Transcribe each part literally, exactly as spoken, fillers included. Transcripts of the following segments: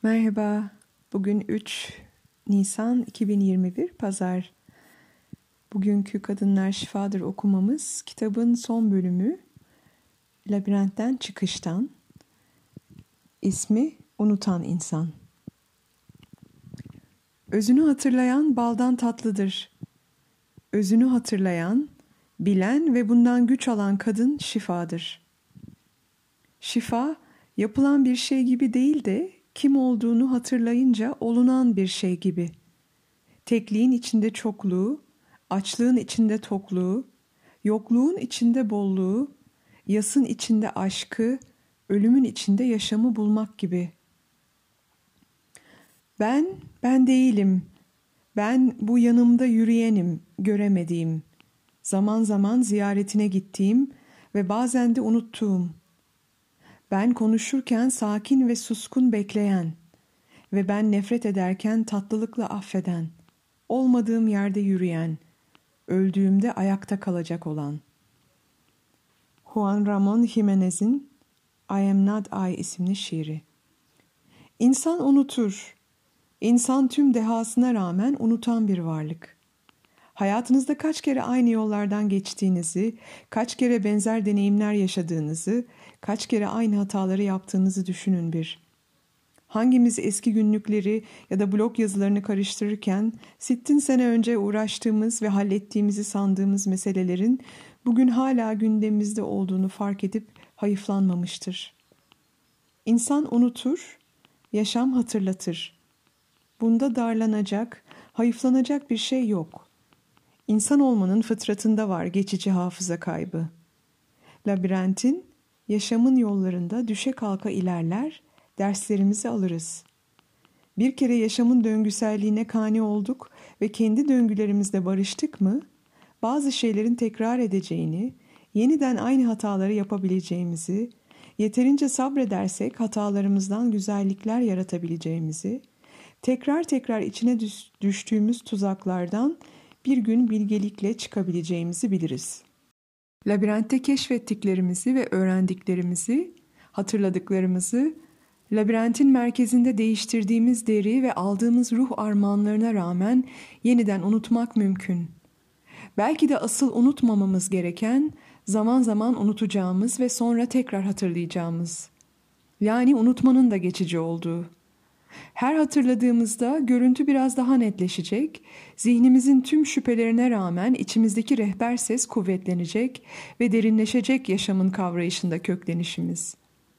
Merhaba, bugün üç Nisan iki bin yirmi bir Pazar. Bugünkü Kadınlar Şifadır okumamız kitabın son bölümü Labirentten Çıkıştan. İsmi Unutan İnsan. Özünü hatırlayan baldan tatlıdır. Özünü hatırlayan, bilen ve bundan güç alan kadın şifadır. Şifa, yapılan bir şey gibi değil de kim olduğunu hatırlayınca olunan bir şey gibi. Tekliğin içinde çokluğu, açlığın içinde tokluğu, yokluğun içinde bolluğu, yasın içinde aşkı, ölümün içinde yaşamı bulmak gibi. Ben, ben değilim. Ben bu yanımda yürüyenim, göremediğim. Zaman zaman ziyaretine gittiğim ve bazen de unuttuğum. Ben konuşurken sakin ve suskun bekleyen ve ben nefret ederken tatlılıkla affeden, olmadığım yerde yürüyen, öldüğümde ayakta kalacak olan. Juan Ramón Jiménez'in I Am Not I isimli şiiri. İnsan unutur. İnsan tüm dehasına rağmen unutan bir varlık. Hayatınızda kaç kere aynı yollardan geçtiğinizi, kaç kere benzer deneyimler yaşadığınızı, kaç kere aynı hataları yaptığınızı düşünün bir. Hangimiz eski günlükleri ya da blog yazılarını karıştırırken sittin sene önce uğraştığımız ve hallettiğimizi sandığımız meselelerin bugün hala gündemimizde olduğunu fark edip hayıflanmamıştır. İnsan unutur, yaşam hatırlatır. Bunda darlanacak, hayıflanacak bir şey yok. İnsan olmanın fıtratında var geçici hafıza kaybı. Labirentin, yaşamın yollarında düşe kalka ilerler, derslerimizi alırız. Bir kere yaşamın döngüselliğine kani olduk ve kendi döngülerimizle barıştık mı, bazı şeylerin tekrar edeceğini, yeniden aynı hataları yapabileceğimizi, yeterince sabredersek hatalarımızdan güzellikler yaratabileceğimizi, tekrar tekrar içine düştüğümüz tuzaklardan bir gün bilgelikle çıkabileceğimizi biliriz. Labirentte keşfettiklerimizi ve öğrendiklerimizi, hatırladıklarımızı, labirentin merkezinde değiştirdiğimiz deri ve aldığımız ruh armağanlarına rağmen yeniden unutmak mümkün. Belki de asıl unutmamamız gereken, zaman zaman unutacağımız ve sonra tekrar hatırlayacağımız. Yani unutmanın da geçici olduğu. Her hatırladığımızda görüntü biraz daha netleşecek, zihnimizin tüm şüphelerine rağmen içimizdeki rehber ses kuvvetlenecek ve derinleşecek yaşamın kavrayışında köklenişimiz.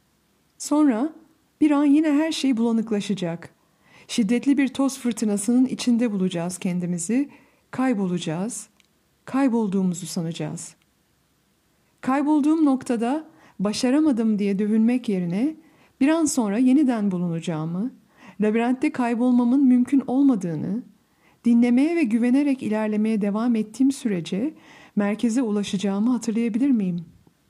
Sonra bir an yine her şey bulanıklaşacak. Şiddetli bir toz fırtınasının içinde bulacağız kendimizi, kaybolacağız, kaybolduğumuzu sanacağız. Kaybolduğum noktada başaramadım diye dövünmek yerine bir an sonra yeniden bulunacağımı, labirentte kaybolmamın mümkün olmadığını, dinlemeye ve güvenerek ilerlemeye devam ettiğim sürece merkeze ulaşacağımı hatırlayabilir miyim?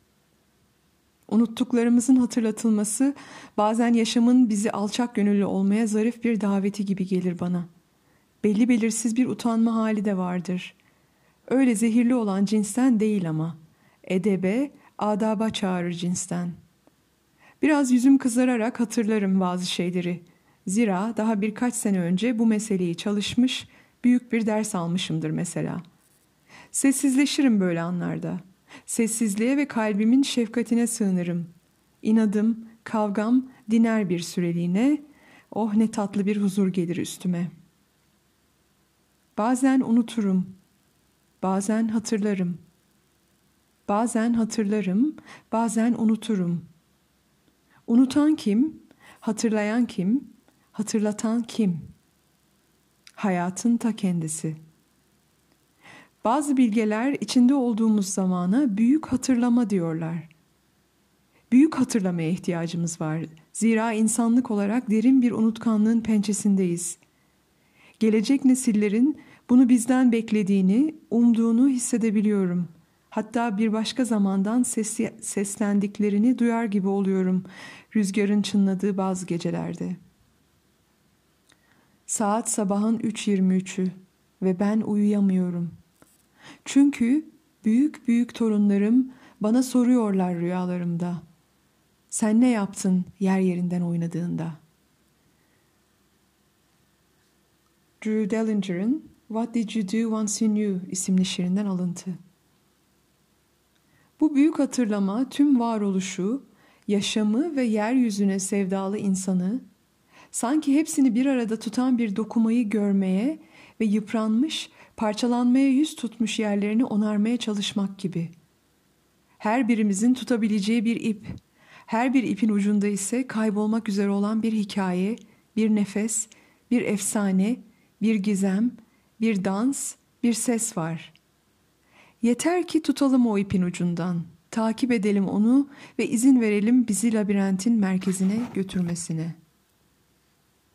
Unuttuklarımızın hatırlatılması bazen yaşamın bizi alçak gönüllü olmaya zarif bir daveti gibi gelir bana. Belli belirsiz bir utanma hali de vardır. Öyle zehirli olan cinsten değil ama. Edebe, adaba çağırır cinsten. Biraz yüzüm kızararak hatırlarım bazı şeyleri. Zira daha birkaç sene önce bu meseleyi çalışmış, büyük bir ders almışımdır mesela. Sessizleşirim böyle anlarda. Sessizliğe ve kalbimin şefkatine sığınırım. İnadım, kavgam diner bir süreliğine, oh ne tatlı bir huzur gelir üstüme. Bazen unuturum, bazen hatırlarım. Bazen hatırlarım, bazen unuturum. Unutan kim, hatırlayan kim, hatırlatan kim? Hayatın ta kendisi. Bazı bilgeler içinde olduğumuz zamana büyük hatırlama diyorlar. Büyük hatırlamaya ihtiyacımız var. Zira insanlık olarak derin bir unutkanlığın pençesindeyiz. Gelecek nesillerin bunu bizden beklediğini, umduğunu hissedebiliyorum. Hatta bir başka zamandan ses, seslendiklerini duyar gibi oluyorum rüzgarın çınladığı bazı gecelerde. Saat sabahın üç yirmi üçü ve ben uyuyamıyorum. Çünkü büyük büyük torunlarım bana soruyorlar rüyalarımda. Sen ne yaptın yer yerinden oynadığında? Drew Dellinger'ın What Did You Do Once You Knew isimli şiirinden alıntı. Bu büyük hatırlama tüm varoluşu, yaşamı ve yeryüzüne sevdalı insanı, sanki hepsini bir arada tutan bir dokumayı görmeye ve yıpranmış, parçalanmaya yüz tutmuş yerlerini onarmaya çalışmak gibi. Her birimizin tutabileceği bir ip, her bir ipin ucunda ise kaybolmak üzere olan bir hikaye, bir nefes, bir efsane, bir gizem, bir dans, bir ses var. Yeter ki tutalım o ipin ucundan, takip edelim onu ve izin verelim bizi labirentin merkezine götürmesine.''